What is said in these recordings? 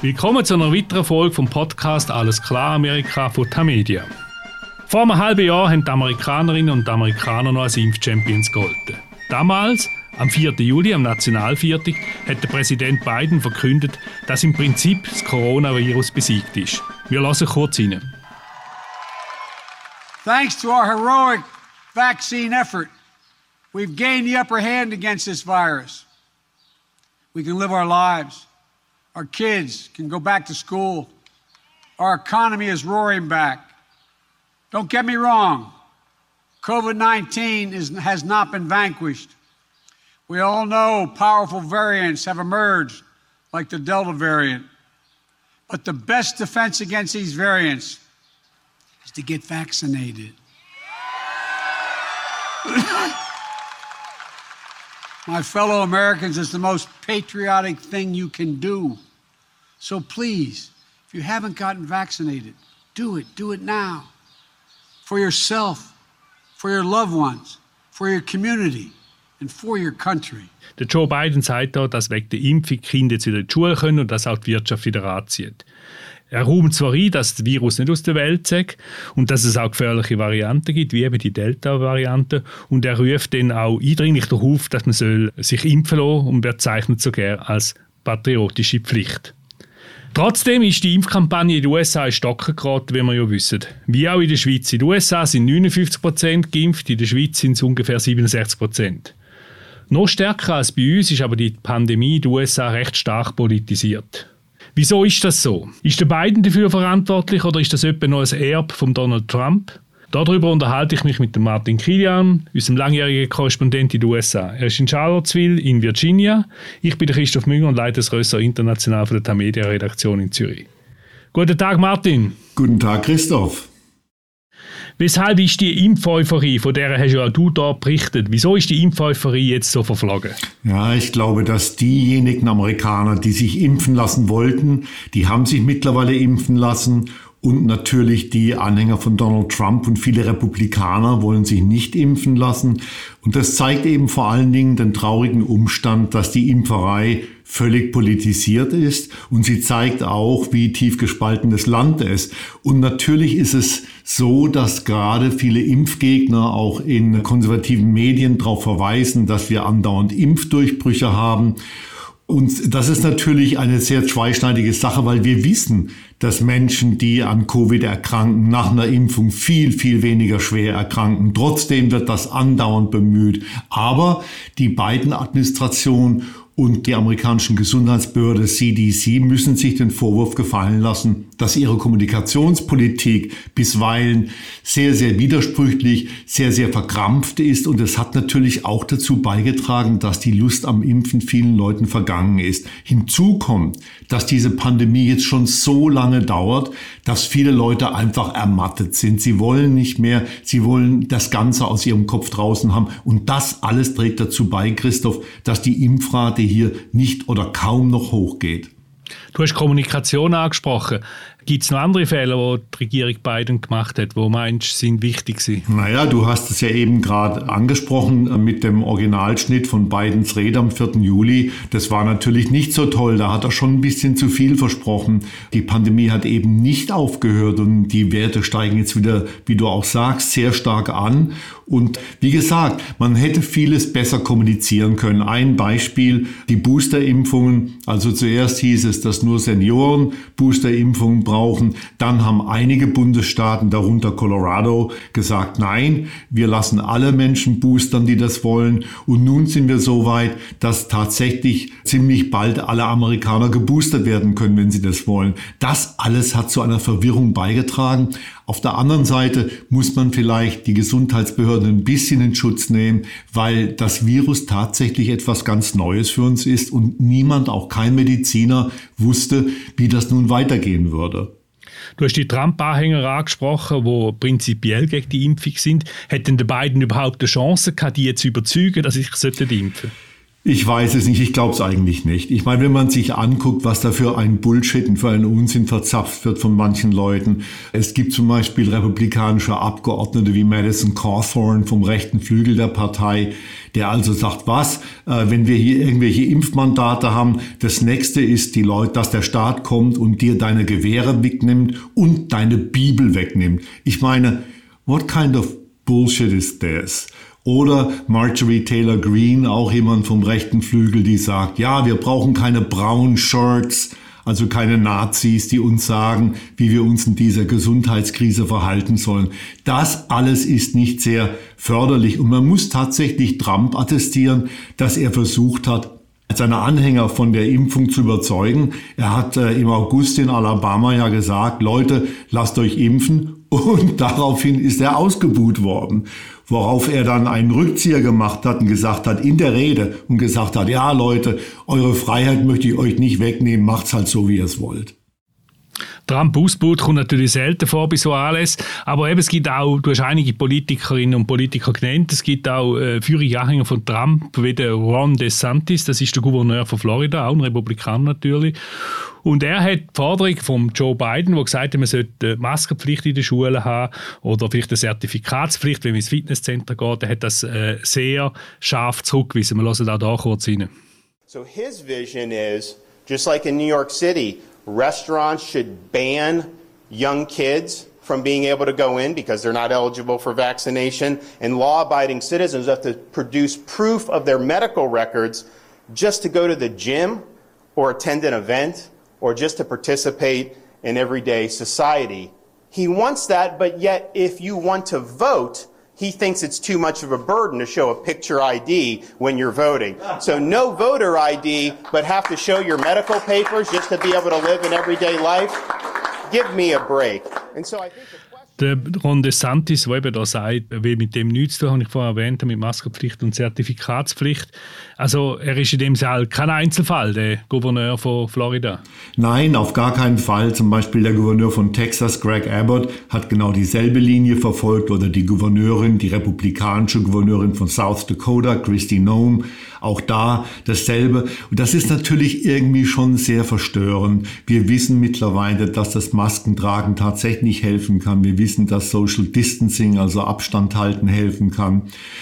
Willkommen zu einer weiteren Folge vom Podcast «Alles klar Amerika» von Tamedia. Vor einem halben Jahr haben die Amerikanerinnen und Amerikaner noch als Impfchampions gegolten. Damals, am 4. Juli, am Nationalviertag, hat der Präsident Biden verkündet, dass im Prinzip das Coronavirus besiegt ist. Wir hören kurz rein. Thanks to our heroic vaccine effort, we've gained the upper hand against this virus. We can live our lives. Our kids can go back to school. Our economy is roaring back. Don't get me wrong. COVID-19 has not been vanquished. We all know powerful variants have emerged, like the Delta variant. But the best defense against these variants is to get vaccinated. My fellow Americans, it's the most patriotic thing you can do. So please, if you haven't gotten vaccinated, do it. Do it now. For yourself, for your loved ones, for your community and for your country. Der Joe Biden sagt auch, dass wegen der Impfung Kinder jetzt wieder in die Schule können und dass auch die Wirtschaft wieder anzieht. Er räumt zwar ein, dass das Virus nicht aus der Welt sei und dass es auch gefährliche Varianten gibt, wie eben die Delta-Variante. Und er ruft dann auch eindringlich darauf auf, dass man sich impfen lassen und bezeichnet sogar als patriotische Pflicht. Trotzdem ist die Impfkampagne in den USA in Stocken geraten, wie wir ja wissen. Wie auch in der Schweiz. In den USA sind 59% geimpft, in der Schweiz sind es ungefähr 67%. Noch stärker als bei uns ist aber die Pandemie in den USA recht stark politisiert. Wieso ist das so? Ist der Biden dafür verantwortlich oder ist das etwa noch ein Erbe von Donald Trump? Darüber unterhalte ich mich mit dem Martin Kilian, unserem langjährigen Korrespondent in den USA. Er ist in Charlottesville in Virginia. Ich bin der Christoph Münger und leite das Ressort international von der Tamedia-Redaktion in Zürich. Guten Tag, Martin. Guten Tag, Christoph. Weshalb ist die Impfeuphorie, von der hast ja auch du dort berichtet, wieso ist die Impfeuphorie jetzt so verflogen? Ja, ich glaube, dass diejenigen Amerikaner, die sich impfen lassen wollten, die haben sich mittlerweile impfen lassen. Und natürlich die Anhänger von Donald Trump und viele Republikaner wollen sich nicht impfen lassen. Und das zeigt eben vor allen Dingen den traurigen Umstand, dass die Impferei völlig politisiert ist. Und sie zeigt auch, wie tief gespalten das Land ist. Und natürlich ist es so, dass gerade viele Impfgegner auch in konservativen Medien darauf verweisen, dass wir andauernd Impfdurchbrüche haben. Und das ist natürlich eine sehr zweischneidige Sache, weil wir wissen, dass Menschen, die an Covid erkranken, nach einer Impfung viel, viel weniger schwer erkranken. Trotzdem wird das andauernd bemüht. Aber die Biden-Administration und die amerikanischen Gesundheitsbehörde CDC müssen sich den Vorwurf gefallen lassen, dass ihre Kommunikationspolitik bisweilen sehr, sehr widersprüchlich, sehr, sehr verkrampft ist. Und es hat natürlich auch dazu beigetragen, dass die Lust am Impfen vielen Leuten vergangen ist. Hinzu kommt, dass diese Pandemie jetzt schon so lange dauert, dass viele Leute einfach ermattet sind. Sie wollen nicht mehr, sie wollen das Ganze aus ihrem Kopf draußen haben. Und das alles trägt dazu bei, Christoph, dass die Impfrate hier nicht oder kaum noch hochgeht. Du hast Kommunikation angesprochen. Gibt es noch andere Fehler, die die Regierung Biden gemacht hat, die meinst, sind wichtig sind? Naja, du hast es ja eben gerade angesprochen mit dem Originalschnitt von Bidens Rede am 4. Juli. Das war natürlich nicht so toll. Da hat er schon ein bisschen zu viel versprochen. Die Pandemie hat eben nicht aufgehört und die Werte steigen jetzt wieder, wie du auch sagst, sehr stark an. Und wie gesagt, man hätte vieles besser kommunizieren können. Ein Beispiel, die Boosterimpfungen. Also zuerst hieß es, dass nur Senioren Boosterimpfungen brauchen. Dann haben einige Bundesstaaten, darunter Colorado, gesagt, nein, wir lassen alle Menschen boostern, die das wollen. Und nun sind wir so weit, dass tatsächlich ziemlich bald alle Amerikaner geboostert werden können, wenn sie das wollen. Das alles hat zu einer Verwirrung beigetragen. Auf der anderen Seite muss man vielleicht die Gesundheitsbehörden ein bisschen in Schutz nehmen, weil das Virus tatsächlich etwas ganz Neues für uns ist und niemand, auch kein Mediziner, wusste, wie das nun weitergehen würde. Du hast die Trump-Anhänger angesprochen, die prinzipiell gegen die Impfung sind. Hätten die beiden überhaupt eine Chance gehabt, die zu überzeugen, dass sie sich impfen sollten? Ich weiß es nicht, ich glaube es eigentlich nicht. Ich meine, wenn man sich anguckt, was da für ein Bullshit und für einen Unsinn verzapft wird von manchen Leuten. Es gibt zum Beispiel republikanische Abgeordnete wie Madison Cawthorn vom rechten Flügel der Partei, der also sagt, wenn wir hier irgendwelche Impfmandate haben, das nächste ist, dass der Staat kommt und dir deine Gewehre wegnimmt und deine Bibel wegnimmt. Ich meine, what kind of bullshit is this? Oder Marjorie Taylor Greene, auch jemand vom rechten Flügel, die sagt, ja, wir brauchen keine Brown Shirts, also keine Nazis, die uns sagen, wie wir uns in dieser Gesundheitskrise verhalten sollen. Das alles ist nicht sehr förderlich und man muss tatsächlich Trump attestieren, dass er versucht hat, seine Anhänger von der Impfung zu überzeugen. Er hat im August in Alabama ja gesagt, Leute, lasst euch impfen, und daraufhin ist er ausgebuht worden. Worauf er dann einen Rückzieher gemacht hat und gesagt hat, in der Rede, und gesagt hat, ja Leute, eure Freiheit möchte ich euch nicht wegnehmen, macht's halt so, wie ihr es wollt. Trump-Ausbot kommt natürlich selten vor bei so Anlässen, aber eben, es gibt auch, du hast einige Politikerinnen und Politiker genannt, es gibt auch führende Anhänger von Trump, wie der Ron DeSantis, das ist der Gouverneur von Florida, auch ein Republikaner natürlich. Und er hat die Forderung von Joe Biden, der gesagt hat, man sollte Maskenpflicht in den Schulen haben oder vielleicht eine Zertifikatspflicht, wenn man ins Fitnesscenter geht, er hat das sehr scharf zurückgewiesen. Wir hören auch da kurz rein. So his vision is, just like in New York City, restaurants should ban young kids from being able to go in because they're not eligible for vaccination, and law-abiding citizens have to produce proof of their medical records just to go to the gym or attend an event or just to participate in everyday society. He wants that, but yet if you want to vote, he thinks it's too much of a burden to show a picture ID when you're voting. So no voter ID, but have to show your medical papers just to be able to live in everyday life. Give me a break. And so I think der Ron DeSantis, der eben da sagt, will mit dem nichts zu tun, habe ich vorher erwähnt, mit Maskenpflicht und Zertifikatspflicht. Also er ist in dem Fall kein Einzelfall, der Gouverneur von Florida. Nein, auf gar keinen Fall. Zum Beispiel der Gouverneur von Texas, Greg Abbott, hat genau dieselbe Linie verfolgt, oder die republikanische Gouverneurin von South Dakota, Kristi Noem, auch da dasselbe. Und das ist natürlich irgendwie schon sehr verstörend. Wir wissen mittlerweile, dass das Maskentragen tatsächlich helfen kann. Wir wissen, dass Social Distancing, also Abstand halten, helfen kann.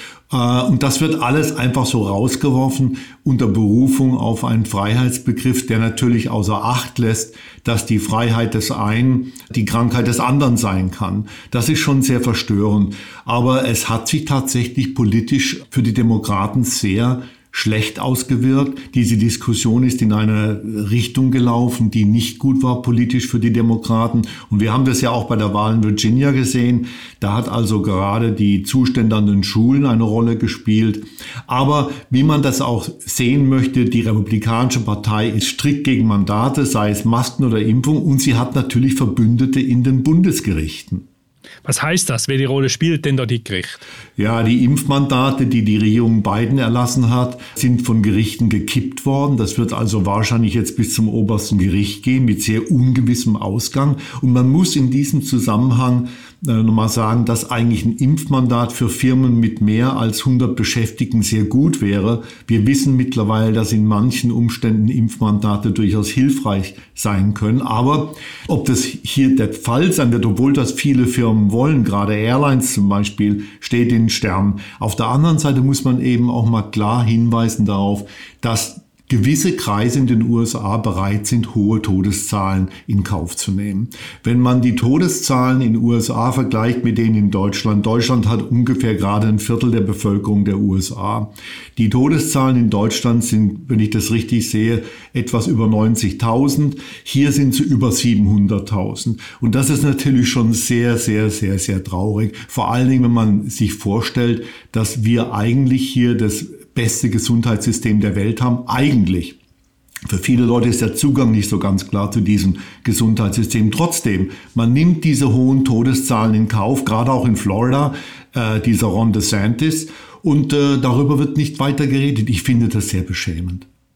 Und das wird alles einfach so rausgeworfen unter Berufung auf einen Freiheitsbegriff, der natürlich außer Acht lässt, dass die Freiheit des einen die Krankheit des anderen sein kann. Das ist schon sehr verstörend. Aber es hat sich tatsächlich politisch für die Demokraten sehr schlecht ausgewirkt. Diese Diskussion ist in eine Richtung gelaufen, die nicht gut war politisch für die Demokraten. Und wir haben das ja auch bei der Wahl in Virginia gesehen. Da hat also gerade die Zustände an den Schulen eine Rolle gespielt. Aber wie man das auch sehen möchte, die Republikanische Partei ist strikt gegen Mandate, sei es Masken oder Impfung. Und sie hat natürlich Verbündete in den Bundesgerichten. Was heißt das? Welche Rolle spielt denn da die Gericht? Ja, die Impfmandate, die die Regierung Biden erlassen hat, sind von Gerichten gekippt worden. Das wird also wahrscheinlich jetzt bis zum obersten Gericht gehen mit sehr ungewissem Ausgang. Und man muss in diesem Zusammenhang nochmal sagen, dass eigentlich ein Impfmandat für Firmen mit mehr als 100 Beschäftigten sehr gut wäre. Wir wissen mittlerweile, dass in manchen Umständen Impfmandate durchaus hilfreich sein können. Aber ob das hier der Fall sein wird, obwohl das viele Firmen wollen, gerade Airlines zum Beispiel, steht in den Sternen. Auf der anderen Seite muss man eben auch mal klar hinweisen darauf, dass gewisse Kreise in den USA bereit sind, hohe Todeszahlen in Kauf zu nehmen. Wenn man die Todeszahlen in den USA vergleicht mit denen in Deutschland, Deutschland hat ungefähr gerade ein Viertel der Bevölkerung der USA. Die Todeszahlen in Deutschland sind, wenn ich das richtig sehe, etwas über 90.000. Hier sind sie über 700.000. Und das ist natürlich schon sehr, sehr, sehr, sehr traurig. Vor allen Dingen, wenn man sich vorstellt, dass wir eigentlich hier das beste Gesundheitssystem der Welt haben. Eigentlich. Für viele Leute ist der Zugang nicht so ganz klar zu diesem Gesundheitssystem. Trotzdem, man nimmt diese hohen Todeszahlen in Kauf, gerade auch in Florida, dieser Ron DeSantis, und darüber wird nicht weiter geredet. Ich finde das sehr beschämend.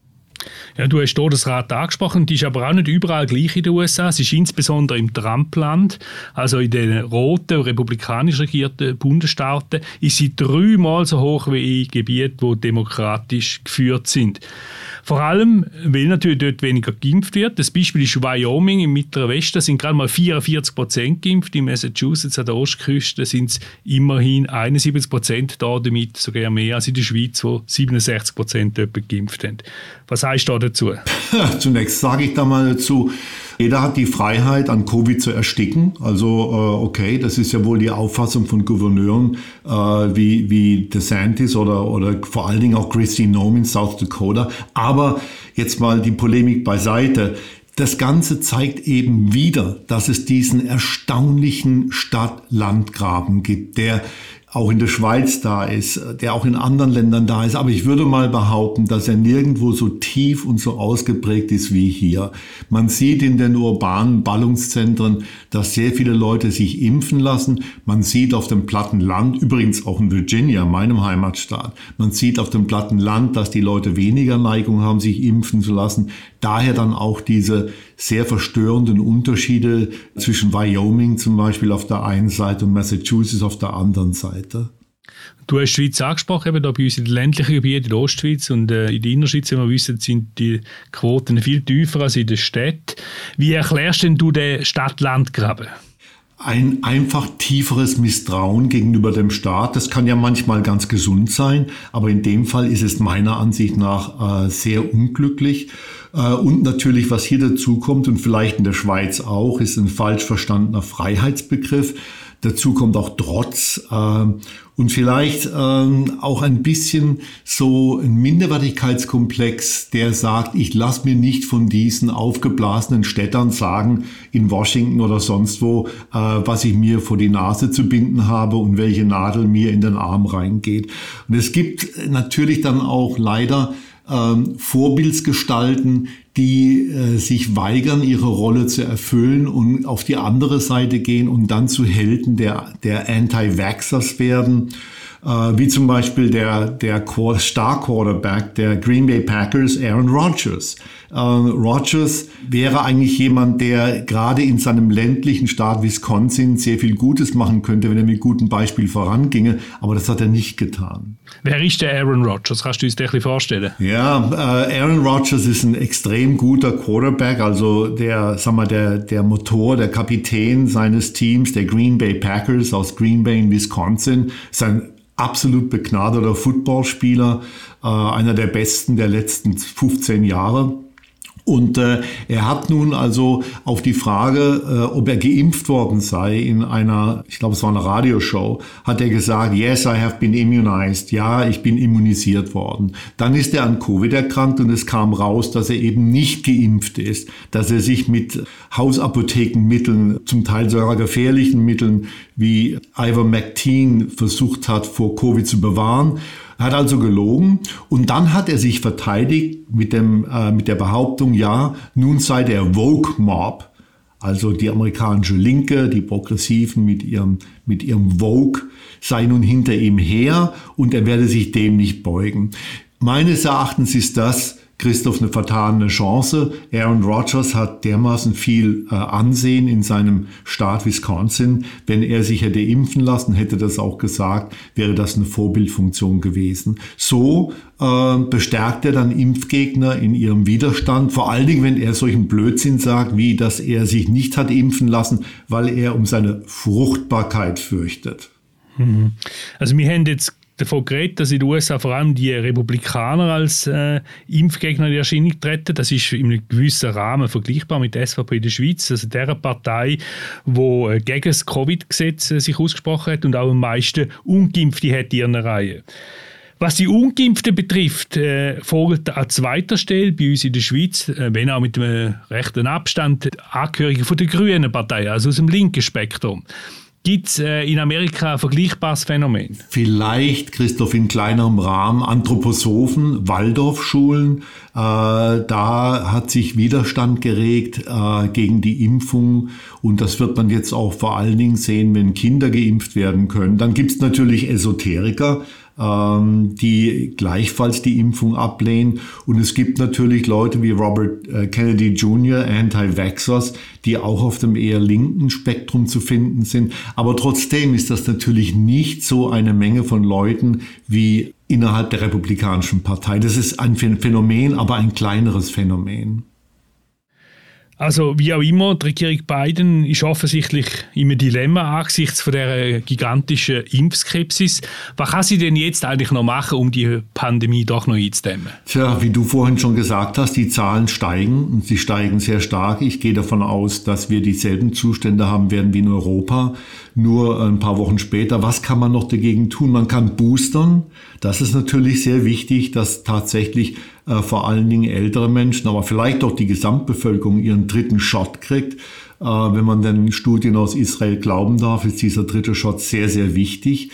Ja, du hast die Todesrate angesprochen, die ist aber auch nicht überall gleich in den USA. Es ist insbesondere im Trump-Land, also in den roten, republikanisch regierten Bundesstaaten, ist sie 3-mal so hoch wie in Gebieten, die demokratisch geführt sind. Vor allem, weil natürlich dort weniger geimpft wird. Das Beispiel ist Wyoming im Mittleren Westen, da sind gerade mal 44% geimpft. In Massachusetts an der Ostküste sind es immerhin 71%, da damit sogar mehr als in der Schweiz, wo 67% etwa geimpft haben. Was heißt da dazu? Zunächst sage ich da mal dazu, jeder hat die Freiheit, an Covid zu ersticken. Also okay, das ist ja wohl die Auffassung von Gouverneuren wie DeSantis oder vor allen Dingen auch Kristi Noem in South Dakota. Aber jetzt mal die Polemik beiseite. Das Ganze zeigt eben wieder, dass es diesen erstaunlichen Stadt-Land-Graben gibt, der auch in der Schweiz da ist, der auch in anderen Ländern da ist. Aber ich würde mal behaupten, dass er nirgendwo so tief und so ausgeprägt ist wie hier. Man sieht in den urbanen Ballungszentren, dass sehr viele Leute sich impfen lassen. Man sieht auf dem platten Land, übrigens auch in Virginia, meinem Heimatstaat, man sieht auf dem platten Land, dass die Leute weniger Neigung haben, sich impfen zu lassen. Daher dann auch diese sehr verstörenden Unterschiede zwischen Wyoming zum Beispiel auf der einen Seite und Massachusetts auf der anderen Seite. Du hast die Schweiz angesprochen, eben da bei uns in den ländlichen Gebieten, in der Ostschweiz und in der Innerschweiz, wie wir wissen, sind die Quoten viel tiefer als in den Städten. Wie erklärst denn du den Stadt-Land-Graben? Ein einfach tieferes Misstrauen gegenüber dem Staat. Das kann ja manchmal ganz gesund sein, aber in dem Fall ist es meiner Ansicht nach sehr unglücklich. Und natürlich, was hier dazu kommt und vielleicht in der Schweiz auch, ist ein falsch verstandener Freiheitsbegriff. Dazu kommt auch Trotz und vielleicht auch ein bisschen so ein Minderwertigkeitskomplex, der sagt, ich lasse mir nicht von diesen aufgeblasenen Städtern sagen, in Washington oder sonst wo, was ich mir vor die Nase zu binden habe und welche Nadel mir in den Arm reingeht. Und es gibt natürlich dann auch leider Vorbildsgestalten, die sich weigern, ihre Rolle zu erfüllen und auf die andere Seite gehen und dann zu Helden der Anti-Vaxxers werden. Wie zum Beispiel der Star-Quarterback der Green Bay Packers, Aaron Rodgers. Rodgers wäre eigentlich jemand, der gerade in seinem ländlichen Staat Wisconsin sehr viel Gutes machen könnte, wenn er mit gutem Beispiel voranginge, aber das hat er nicht getan. Wer ist der Aaron Rodgers? Kannst du uns das ein bisschen vorstellen? Ja, Aaron Rodgers ist ein extrem guter Quarterback, also der Motor, der Kapitän seines Teams, der Green Bay Packers aus Green Bay in Wisconsin, ist ein absolut begnadeter Footballspieler, einer der besten der letzten 15 Jahre. Und er hat nun also auf die Frage, ob er geimpft worden sei in einer, ich glaube es war eine Radioshow, hat er gesagt, yes, I have been immunized. Ja, ich bin immunisiert worden. Dann ist er an Covid erkrankt und es kam raus, dass er eben nicht geimpft ist, dass er sich mit Hausapothekenmitteln, zum Teil sogar gefährlichen Mitteln wie Ivermectin versucht hat, vor Covid zu bewahren. Er hat also gelogen und dann hat er sich verteidigt mit der Behauptung, ja, nun sei der Woke Mob, also die amerikanische Linke, die Progressiven mit ihrem Woke, sei nun hinter ihm her und er werde sich dem nicht beugen. Meines Erachtens ist das, Christoph, eine vertane Chance. Aaron Rodgers hat dermaßen viel Ansehen in seinem Staat Wisconsin. Wenn er sich hätte impfen lassen, hätte das auch gesagt, wäre das eine Vorbildfunktion gewesen. So bestärkt er dann Impfgegner in ihrem Widerstand, vor allen Dingen, wenn er solchen Blödsinn sagt, wie dass er sich nicht hat impfen lassen, weil er um seine Fruchtbarkeit fürchtet. Also wir haben jetzt davon geredet, dass in den USA vor allem die Republikaner als Impfgegner in Erscheinung treten. Das ist in einem gewissen Rahmen vergleichbar mit der SVP in der Schweiz, also der Partei, die gegen das Covid-Gesetz sich ausgesprochen hat und auch am meisten Ungeimpfte hat in ihren Reihen. Was die Ungeimpften betrifft, folgt an zweiter Stelle bei uns in der Schweiz, wenn auch mit einem rechten Abstand, Angehörige von der Grünen Partei, also aus dem linken Spektrum. Gibt es in Amerika ein vergleichbares Phänomen? Vielleicht, Christoph, in kleinerem Rahmen, Anthroposophen, Waldorfschulen. Da hat sich Widerstand geregt gegen die Impfung. Und das wird man jetzt auch vor allen Dingen sehen, wenn Kinder geimpft werden können. Dann gibt es natürlich Esoteriker, die gleichfalls die Impfung ablehnen. Und es gibt natürlich Leute wie Robert Kennedy Jr., Anti-Vaxxers, die auch auf dem eher linken Spektrum zu finden sind. Aber trotzdem ist das natürlich nicht so eine Menge von Leuten wie innerhalb der Republikanischen Partei. Das ist ein Phänomen, aber ein kleineres Phänomen. Also wie auch immer, die Regierung Biden ist offensichtlich in einem Dilemma angesichts von dieser gigantischen Impfskepsis. Was kann sie denn jetzt eigentlich noch machen, um die Pandemie doch noch einzudämmen? Tja, wie du vorhin schon gesagt hast, die Zahlen steigen und sie steigen sehr stark. Ich gehe davon aus, dass wir dieselben Zustände haben werden wie in Europa, nur ein paar Wochen später. Was kann man noch dagegen tun? Man kann boostern. Das ist natürlich sehr wichtig, dass tatsächlich vor allen Dingen ältere Menschen, aber vielleicht auch die Gesamtbevölkerung ihren dritten Shot kriegt. Wenn man den Studien aus Israel glauben darf, ist dieser dritte Shot sehr, sehr wichtig.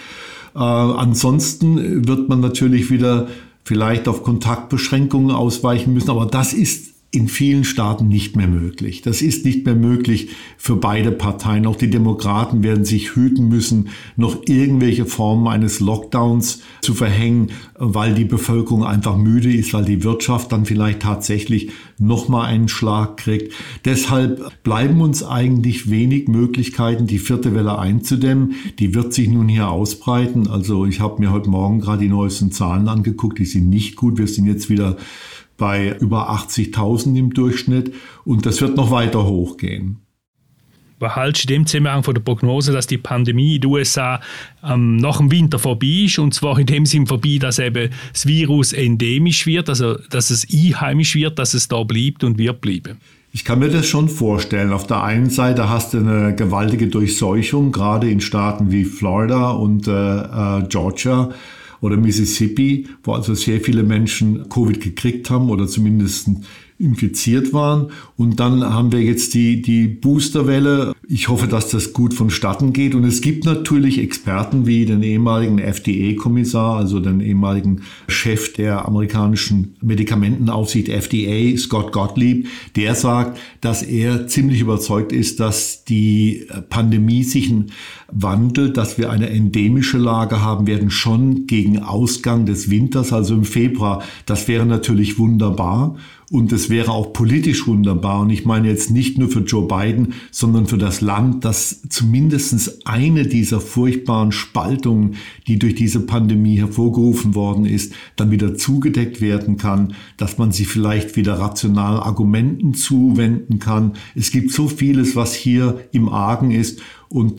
Ansonsten wird man natürlich wieder vielleicht auf Kontaktbeschränkungen ausweichen müssen, aber das ist in vielen Staaten nicht mehr möglich. Das ist nicht mehr möglich für beide Parteien. Auch die Demokraten werden sich hüten müssen, noch irgendwelche Formen eines Lockdowns zu verhängen, weil die Bevölkerung einfach müde ist, weil die Wirtschaft dann vielleicht tatsächlich nochmal einen Schlag kriegt. Deshalb bleiben uns eigentlich wenig Möglichkeiten, die vierte Welle einzudämmen. Die wird sich nun hier ausbreiten. Also ich habe mir heute Morgen gerade die neuesten Zahlen angeguckt. Die sind nicht gut. Wir sind jetzt wieder bei über 80.000 im Durchschnitt und das wird noch weiter hochgehen. Was hältst du in dem Zusammenhang von der Prognose, dass die Pandemie in den USA nach dem Winter vorbei ist, und zwar in dem Sinn vorbei, dass eben das Virus endemisch wird, also dass es einheimisch wird, dass es da bleibt und wird bleiben? Ich kann mir das schon vorstellen. Auf der einen Seite hast du eine gewaltige Durchseuchung, gerade in Staaten wie Florida und Georgia oder Mississippi, wo also sehr viele Menschen Covid gekriegt haben oder zumindest infiziert waren. Und dann haben wir jetzt die Boosterwelle. Ich hoffe, dass das gut vonstatten geht. Und es gibt natürlich Experten wie den ehemaligen FDA-Kommissar, also den ehemaligen Chef der amerikanischen Medikamentenaufsicht FDA, Scott Gottlieb, der sagt, dass er ziemlich überzeugt ist, dass die Pandemie sich wandelt, dass wir eine endemische Lage haben werden, schon gegen Ausgang des Winters, also im Februar. Das wäre natürlich wunderbar. Und es wäre auch politisch wunderbar. Und ich meine jetzt nicht nur für Joe Biden, sondern für das Land, dass zumindest eine dieser furchtbaren Spaltungen, die durch diese Pandemie hervorgerufen worden ist, dann wieder zugedeckt werden kann, dass man sich vielleicht wieder rational Argumenten zuwenden kann. Es gibt so vieles, was hier im Argen ist. Und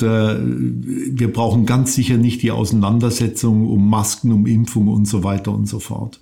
wir brauchen ganz sicher nicht die Auseinandersetzung um Masken, um Impfung und so weiter und so fort.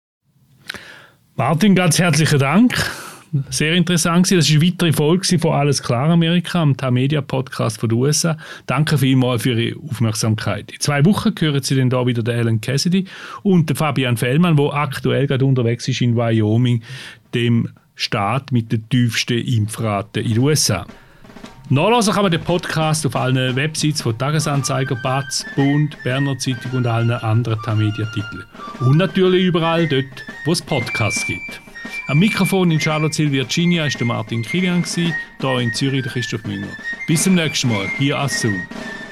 Martin, ganz herzlichen Dank. Sehr interessant gewesen. Das war eine weitere Folge von «Alles klar Amerika», am Tamedia-Podcast von den USA. Danke vielmals für Ihre Aufmerksamkeit. In 2 Wochen hören Sie dann da wieder den Alan Cassidy und den Fabian Fellmann, der aktuell gerade unterwegs ist in Wyoming, dem Staat mit der tiefsten Impfrate in den USA. Nachlesen kann man den Podcast auf allen Websites von Tagesanzeiger, BAZ, Bund, Berner Zeitung und allen anderen Tamedia-Titeln. Und natürlich überall dort, wo es Podcasts gibt. Am Mikrofon in Charlottesville, Virginia, war der Martin Kilian, hier in Zürich der Christoph Münger. Bis zum nächsten Mal, hier Assun.